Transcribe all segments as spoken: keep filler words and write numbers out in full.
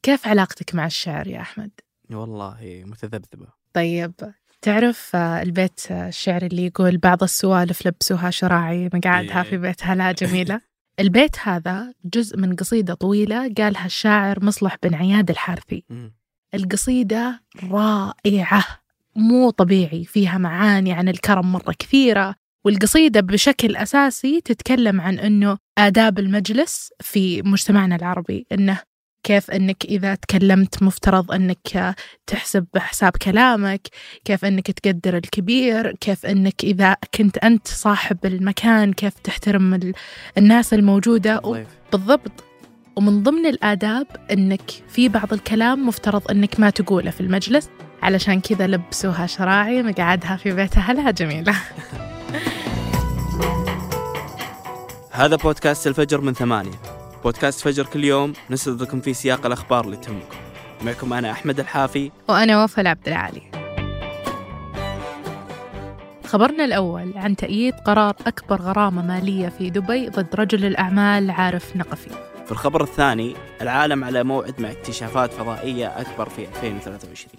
كيف علاقتك مع الشعر يا أحمد؟ والله متذبذبة. طيب تعرف البيت الشعر اللي يقول بعض السوالف لبسوها شراعي مقعدها في بيتها لا جميلة؟ البيت هذا جزء من قصيدة طويلة قالها الشاعر مصلح بن عياد الحارثي. القصيدة رائعة مو طبيعي، فيها معاني عن الكرم مرة كثيرة، والقصيدة بشكل أساسي تتكلم عن أنه آداب المجلس في مجتمعنا العربي، أنه كيف أنك إذا تكلمت مفترض أنك تحسب حساب كلامك، كيف أنك تقدر الكبير، كيف أنك إذا كنت أنت صاحب المكان كيف تحترم الناس الموجودة. بالضبط. ومن ضمن الآداب أنك في بعض الكلام مفترض أنك ما تقوله في المجلس، علشان كذا لبسوها شراعي مقعدها في بيتها لا جميلة. هذا بودكاست الفجر من ثمانية، بودكاست فجر كل يوم نسرد لكم في سياق الأخبار اللي تهمكم. معكم أنا أحمد الحافي وأنا وفاء عبد العالي. خبرنا الأول عن تأييد قرار أكبر غرامة مالية في دبي ضد رجل الأعمال عارف نقفي. في الخبر الثاني، العالم على موعد مع اكتشافات فضائية أكبر في ألفين وثلاثة وعشرين.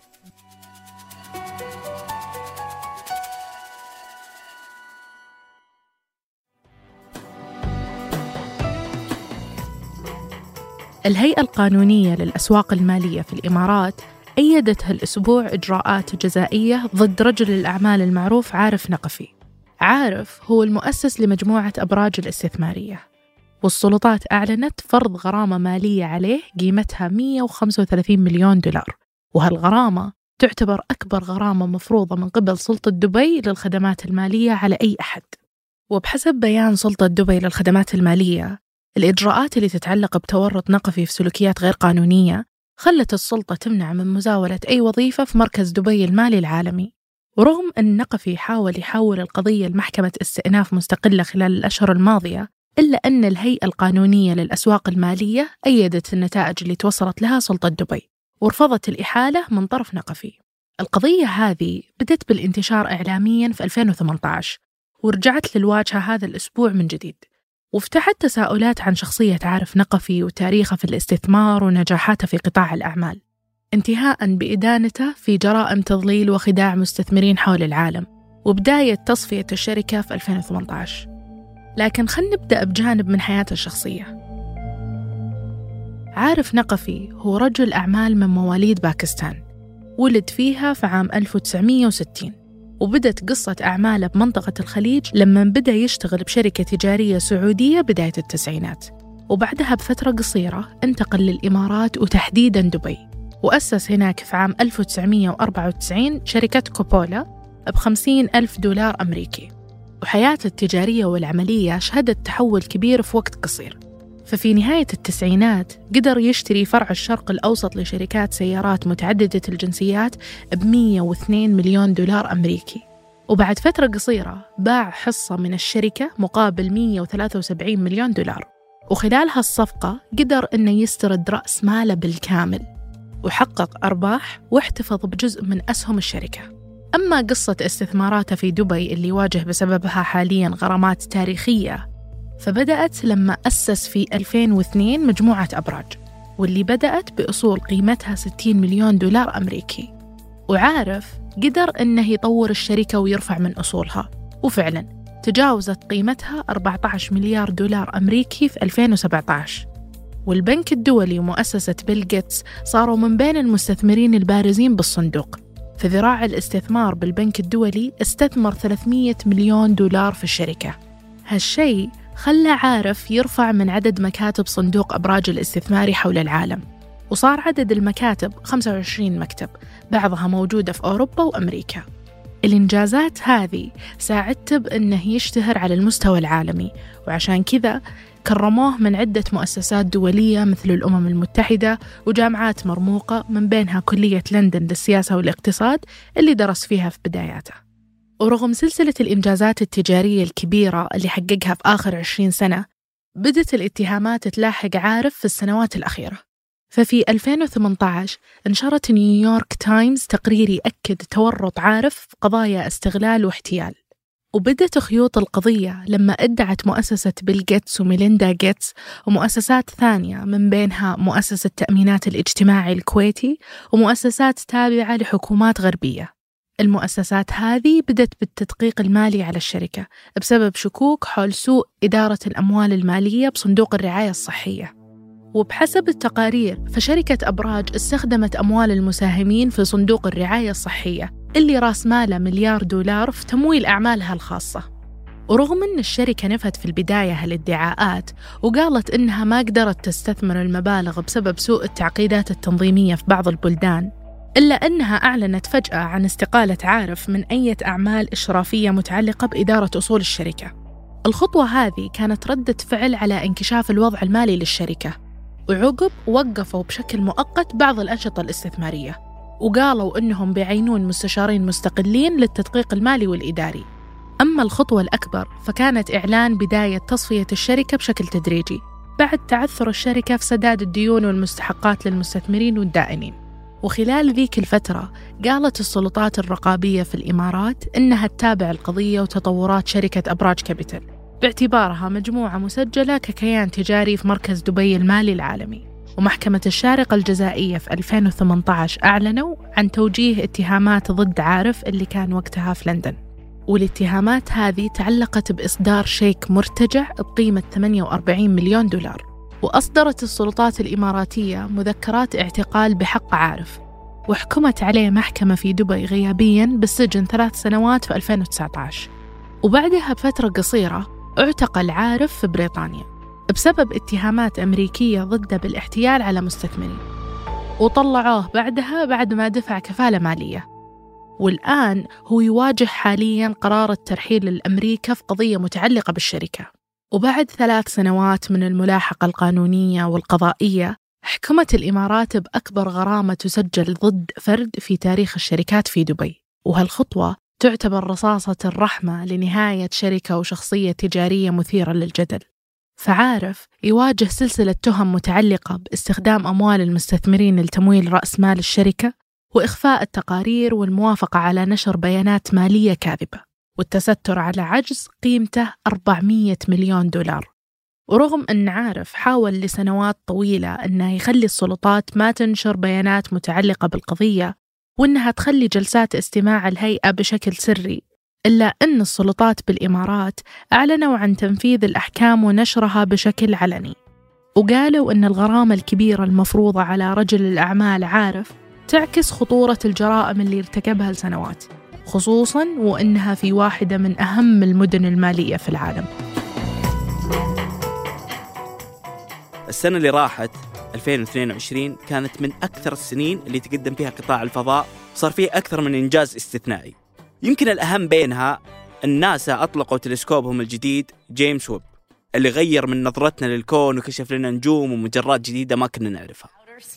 الهيئة القانونية للأسواق المالية في الإمارات أيدت هالأسبوع إجراءات جزائية ضد رجل الأعمال المعروف عارف نقفي. عارف هو المؤسس لمجموعة أبراج الاستثمارية، والسلطات أعلنت فرض غرامة مالية عليه قيمتها مئة وخمسة وثلاثين مليون دولار، وهالغرامة تعتبر أكبر غرامة مفروضة من قبل سلطة دبي للخدمات المالية على أي أحد. وبحسب بيان سلطة دبي للخدمات المالية، الإجراءات اللي تتعلق بتورط نقفي في سلوكيات غير قانونية خلت السلطة تمنع من مزاولة أي وظيفة في مركز دبي المالي العالمي. ورغم أن نقفي حاول يحول القضية لمحكمة استئناف مستقلة خلال الأشهر الماضية، إلا أن الهيئة القانونية للأسواق المالية أيدت النتائج اللي توصلت لها سلطة دبي ورفضت الإحالة من طرف نقفي. القضية هذه بدت بالانتشار إعلامياً في ألفين وثمانية عشر ورجعت للواجهة هذا الأسبوع من جديد، وفتحت تساؤلات عن شخصية عارف نقفي وتاريخه في الاستثمار ونجاحاته في قطاع الأعمال، انتهاءً بإدانته في جرائم تضليل وخداع مستثمرين حول العالم، وبداية تصفية الشركة في ألفين وثمانية عشر. لكن خلنا نبدأ بجانب من حياته الشخصية. عارف نقفي هو رجل أعمال من مواليد باكستان، ولد فيها في عام ألف وتسعمئة وستين، وبدت قصة أعماله بمنطقة الخليج لما بدأ يشتغل بشركة تجارية سعودية بداية التسعينات، وبعدها بفترة قصيرة انتقل للإمارات وتحديداً دبي، وأسس هناك في عام ألف وتسعمئة وأربعة وتسعين شركة كوبولا بخمسين ألف دولار أمريكي. وحياته التجارية والعملية شهدت تحول كبير في وقت قصير، ففي نهاية التسعينات قدر يشتري فرع الشرق الأوسط لشركات سيارات متعددة الجنسيات بمئة واثنين مليون دولار أمريكي، وبعد فترة قصيرة باع حصة من الشركة مقابل مئة وثلاثة وسبعين مليون دولار، وخلال هالصفقة قدر أنه يسترد رأس ماله بالكامل وحقق أرباح واحتفظ بجزء من أسهم الشركة. أما قصة استثماراته في دبي اللي واجه بسببها حالياً غرامات تاريخية، فبدأت لما أسس في ألفين واثنين مجموعة أبراج، واللي بدأت بأصول قيمتها ستين مليون دولار أمريكي. وعارف قدر أنه يطور الشركة ويرفع من أصولها، وفعلاً تجاوزت قيمتها أربعة عشر مليار دولار أمريكي في ألفين وسبعة عشر. والبنك الدولي ومؤسسة بيل غيتس صاروا من بين المستثمرين البارزين بالصندوق. في ذراع الاستثمار بالبنك الدولي استثمر ثلاثمئة مليون دولار في الشركة. هالشيء خلى عارف يرفع من عدد مكاتب صندوق أبراج الاستثمار حول العالم، وصار عدد المكاتب خمسة وعشرين مكتب، بعضها موجودة في أوروبا وأمريكا. الإنجازات هذه ساعدته بأنه يشتهر على المستوى العالمي، وعشان كذا كرموه من عدة مؤسسات دولية مثل الأمم المتحدة وجامعات مرموقة، من بينها كلية لندن للسياسة والاقتصاد اللي درس فيها في بداياته. ورغم سلسلة الإنجازات التجارية الكبيرة اللي حققها في آخر عشرين سنة، بدت الاتهامات تلاحق عارف في السنوات الأخيرة. ففي ألفين وثمانية عشر انشرت نيويورك تايمز تقرير يأكد تورط عارف في قضايا استغلال واحتيال. وبدت خيوط القضية لما ادعت مؤسسة بيل جيتس وميليندا جيتس ومؤسسات ثانية من بينها مؤسسة التأمينات الاجتماعي الكويتي ومؤسسات تابعة لحكومات غربية. المؤسسات هذه بدت بالتدقيق المالي على الشركة بسبب شكوك حول سوء إدارة الأموال المالية بصندوق الرعاية الصحية. وبحسب التقارير فشركة أبراج استخدمت أموال المساهمين في صندوق الرعاية الصحية اللي راس ماله مليار دولار في تمويل أعمالها الخاصة. ورغم أن الشركة نفت في البداية هالادعاءات وقالت إنها ما قدرت تستثمر المبالغ بسبب سوء التعقيدات التنظيمية في بعض البلدان، إلا أنها أعلنت فجأة عن استقالة عارف من أي أعمال إشرافية متعلقة بإدارة أصول الشركة. الخطوة هذه كانت ردة فعل على انكشاف الوضع المالي للشركة، وعقب وقفوا بشكل مؤقت بعض الأنشطة الاستثمارية وقالوا إنهم بيعينون مستشارين مستقلين للتدقيق المالي والإداري. أما الخطوة الأكبر فكانت إعلان بداية تصفية الشركة بشكل تدريجي بعد تعثر الشركة في سداد الديون والمستحقات للمستثمرين والدائنين. وخلال ذيك الفترة قالت السلطات الرقابية في الإمارات إنها تتابع القضية وتطورات شركة أبراج كابيتال باعتبارها مجموعة مسجلة ككيان تجاري في مركز دبي المالي العالمي. ومحكمة الشارقة الجزائية في ألفين وثمانية عشر أعلنوا عن توجيه اتهامات ضد عارف اللي كان وقتها في لندن، والاتهامات هذه تعلقت بإصدار شيك مرتجع بقيمة ثمانية وأربعين مليون دولار. وأصدرت السلطات الإماراتية مذكرات اعتقال بحق عارف، وحكمت عليه محكمة في دبي غيابياً بالسجن ثلاث سنوات في ألفين وتسعة عشر. وبعدها بفترة قصيرة اعتقل عارف في بريطانيا بسبب اتهامات أمريكية ضده بالاحتيال على مستثمرين، وطلعوه بعدها بعد ما دفع كفالة مالية. والآن هو يواجه حالياً قرار الترحيل لأمريكا في قضية متعلقة بالشركة. وبعد ثلاث سنوات من الملاحقة القانونية والقضائية حكمت الإمارات بأكبر غرامة تسجل ضد فرد في تاريخ الشركات في دبي. وهالخطوة تعتبر رصاصة الرحمة لنهاية شركة وشخصية تجارية مثيرة للجدل. فعارف يواجه سلسلة تهم متعلقة باستخدام أموال المستثمرين لتمويل رأس مال الشركة وإخفاء التقارير والموافقة على نشر بيانات مالية كاذبة والتستر على عجز قيمته أربعمية مليون دولار. ورغم أن عارف حاول لسنوات طويلة أنه يخلي السلطات ما تنشر بيانات متعلقة بالقضية وأنها تخلي جلسات استماع الهيئة بشكل سري، إلا أن السلطات بالإمارات أعلنوا عن تنفيذ الأحكام ونشرها بشكل علني، وقالوا أن الغرامة الكبيرة المفروضة على رجل الأعمال عارف تعكس خطورة الجرائم اللي ارتكبها لسنوات، خصوصاً وأنها في واحدة من أهم المدن المالية في العالم. السنة اللي راحت ألفين واثنين وعشرين كانت من أكثر السنين اللي تقدم فيها قطاع الفضاء، صار فيه أكثر من إنجاز استثنائي. يمكن الأهم بينها الناسا أطلقوا تلسكوبهم الجديد جيمس ويب اللي غير من نظرتنا للكون وكشف لنا نجوم ومجرات جديدة ما كنا نعرفها.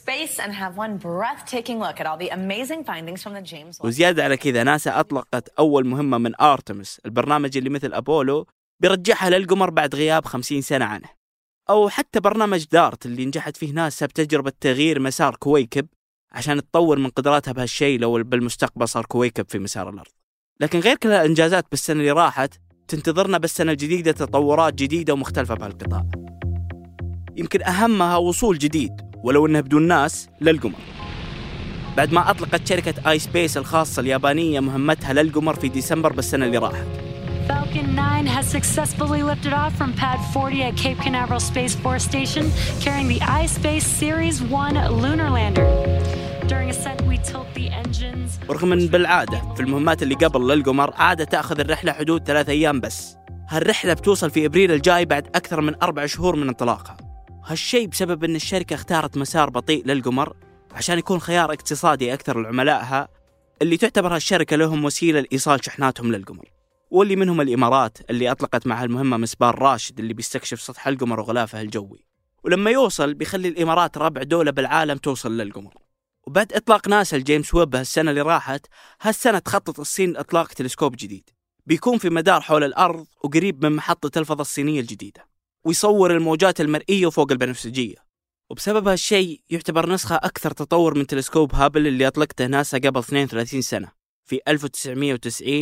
وزيادة على كذا ناسا أطلقت أول مهمة من آرتمس، البرنامج اللي مثل أبولو بيرجعها للقمر بعد غياب خمسين سنة عنه. أو حتى برنامج دارت اللي نجحت فيه ناسا بتجربة تغيير مسار كويكب عشان تطور من قدراتها بهالشيء لو بالمستقبل صار كويكب في مسار الأرض. لكن غير كل الإنجازات بالسنة اللي راحت تنتظرنا بالسنة الجديدة تطورات جديدة ومختلفة بهالقطاع. يمكن أهمها وصول جديد ولو إنه بدون ناس للقمر، بعد ما أطلقت شركة آي سبيس الخاصة اليابانية مهمتها للقمر في ديسمبر بالسنة اللي راحت. Falcon nine has successfully lifted off from Pad forty at Cape Canaveral Space Force Station, carrying the iSpace Series one lunar lander. During ascent, we tilt the engines. ورغم أن بالعادة في المهمات اللي قبل للقمر عادة تأخذ الرحلة حدود ثلاث أيام بس، هالرحلة بتوصل في إبريل الجاي بعد أكثر من أربع شهور من انطلاقها. هالشيء بسبب أن الشركة اختارت مسار بطيء للقمر عشان يكون خيار اقتصادي أكثر لعملائها اللي تعتبر هالشركة لهم وسيلة لإيصال شحناتهم للقمر، واللي منهم الإمارات اللي أطلقت مع المهمة مسبار راشد اللي بيستكشف سطح القمر وغلافه الجوي، ولما يوصل بيخلي الإمارات ربع دولة بالعالم توصل للقمر. وبعد إطلاق ناسا الجيمس ويب هالسنة اللي راحت، هالسنة تخطط الصين إطلاق تلسكوب جديد بيكون في مدار حول الأرض وقريب من محطة الفضاء الصينية الجديدة، ويصور الموجات المرئية فوق البنفسجية. وبسبب هالشيء يعتبر نسخة أكثر تطور من تلسكوب هابل اللي أطلقته ناسا قبل اثنين وثلاثين سنة في ألف وتسعمية وتسعين،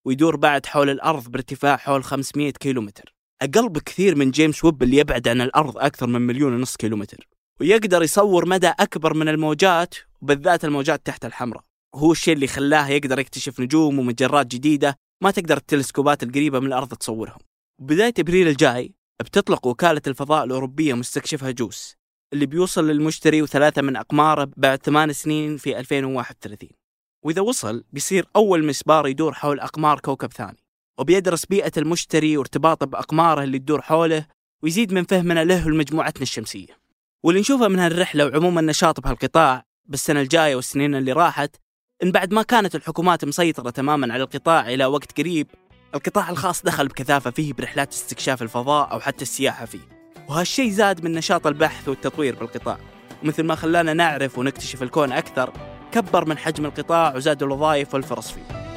ويدور بعد حول الأرض بارتفاع حول خمسمائة كيلومتر، أقل بكثير من جيمس ويب اللي يبعد عن الأرض أكثر من مليون ونص كيلومتر، ويقدر يصور مدى أكبر من الموجات وبالذات الموجات تحت الحمراء، وهو الشيء اللي خلاه يقدر يكتشف نجوم ومجرات جديدة ما تقدر التلسكوبات القريبة من الأرض تصورهم. بداية أبريل الجاي بتطلق وكالة الفضاء الأوروبية مستكشفها جوس اللي بيوصل للمشتري وثلاثة من أقماره بعد ثمان سنين في ألفين وواحد وثلاثين، وإذا وصل بيصير أول مسبار يدور حول أقمار كوكب ثاني، وبيدرس بيئة المشتري وارتباطه بأقماره اللي تدور حوله ويزيد من فهمنا له ولمجموعتنا الشمسية. واللي نشوفه من هالرحلة وعموما النشاط بهالقطاع بالسنة الجاية والسنين اللي راحت إن بعد ما كانت الحكومات مسيطرة تماما على القطاع إلى وقت قريب، القطاع الخاص دخل بكثافة فيه برحلات استكشاف الفضاء أو حتى السياحة فيه، وهالشيء زاد من نشاط البحث والتطوير بالقطاع، ومثل ما خلانا نعرف ونكتشف الكون أكثر كبر من حجم القطاع وزاد الوظائف والفرص فيه.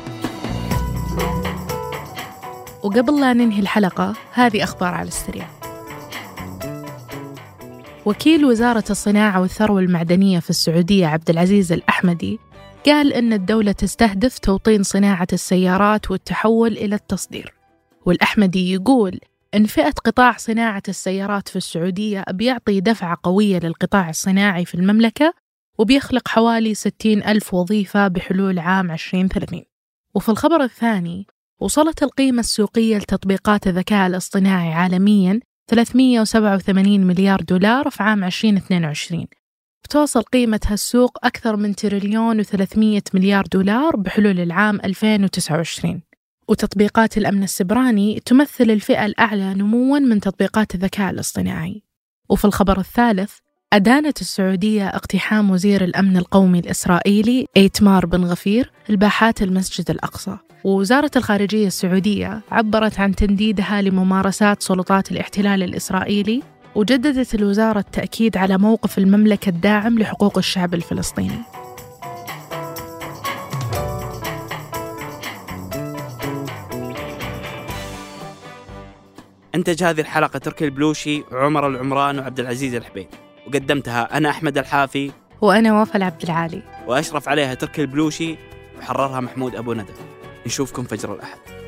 وقبل لا ننهي الحلقة هذه أخبار على السريع. وكيل وزارة الصناعة والثروة المعدنية في السعودية عبد العزيز الأحمدي قال إن الدولة تستهدف توطين صناعة السيارات والتحول إلى التصدير. والأحمدي يقول إن فئة قطاع صناعة السيارات في السعودية بيعطي دفعة قوية للقطاع الصناعي في المملكة وبيخلق حوالي ستين ألف وظيفة بحلول عام عشرين ثلاثين. وفي الخبر الثاني وصلت القيمة السوقية لتطبيقات الذكاء الاصطناعي عالمياً ثلاثمائة وسبعة وثمانين مليار دولار في عام عشرين اثنين وعشرين، بتوصل قيمة هالسوق أكثر من تريليون وثلاثمائة مليار دولار بحلول العام ألفين وتسعة وعشرين. وتطبيقات الأمن السبراني تمثل الفئة الأعلى نمواً من تطبيقات الذكاء الاصطناعي. وفي الخبر الثالث أدانت السعودية اقتحام وزير الأمن القومي الإسرائيلي إيتمار بن غفير الباحات المسجد الأقصى. ووزارة الخارجية السعودية عبرت عن تنديدها لممارسات سلطات الاحتلال الإسرائيلي، وجددت الوزارة التأكيد على موقف المملكة الداعم لحقوق الشعب الفلسطيني. أنتج هذه الحلقة تركي البلوشي وعمر العمران وعبد العزيز الحبيب، وقدمتها أنا أحمد الحافي وأنا وفاء عبد العالي، وأشرف عليها تركي البلوشي وحررها محمود أبو ندى. نشوفكم فجر الأحد.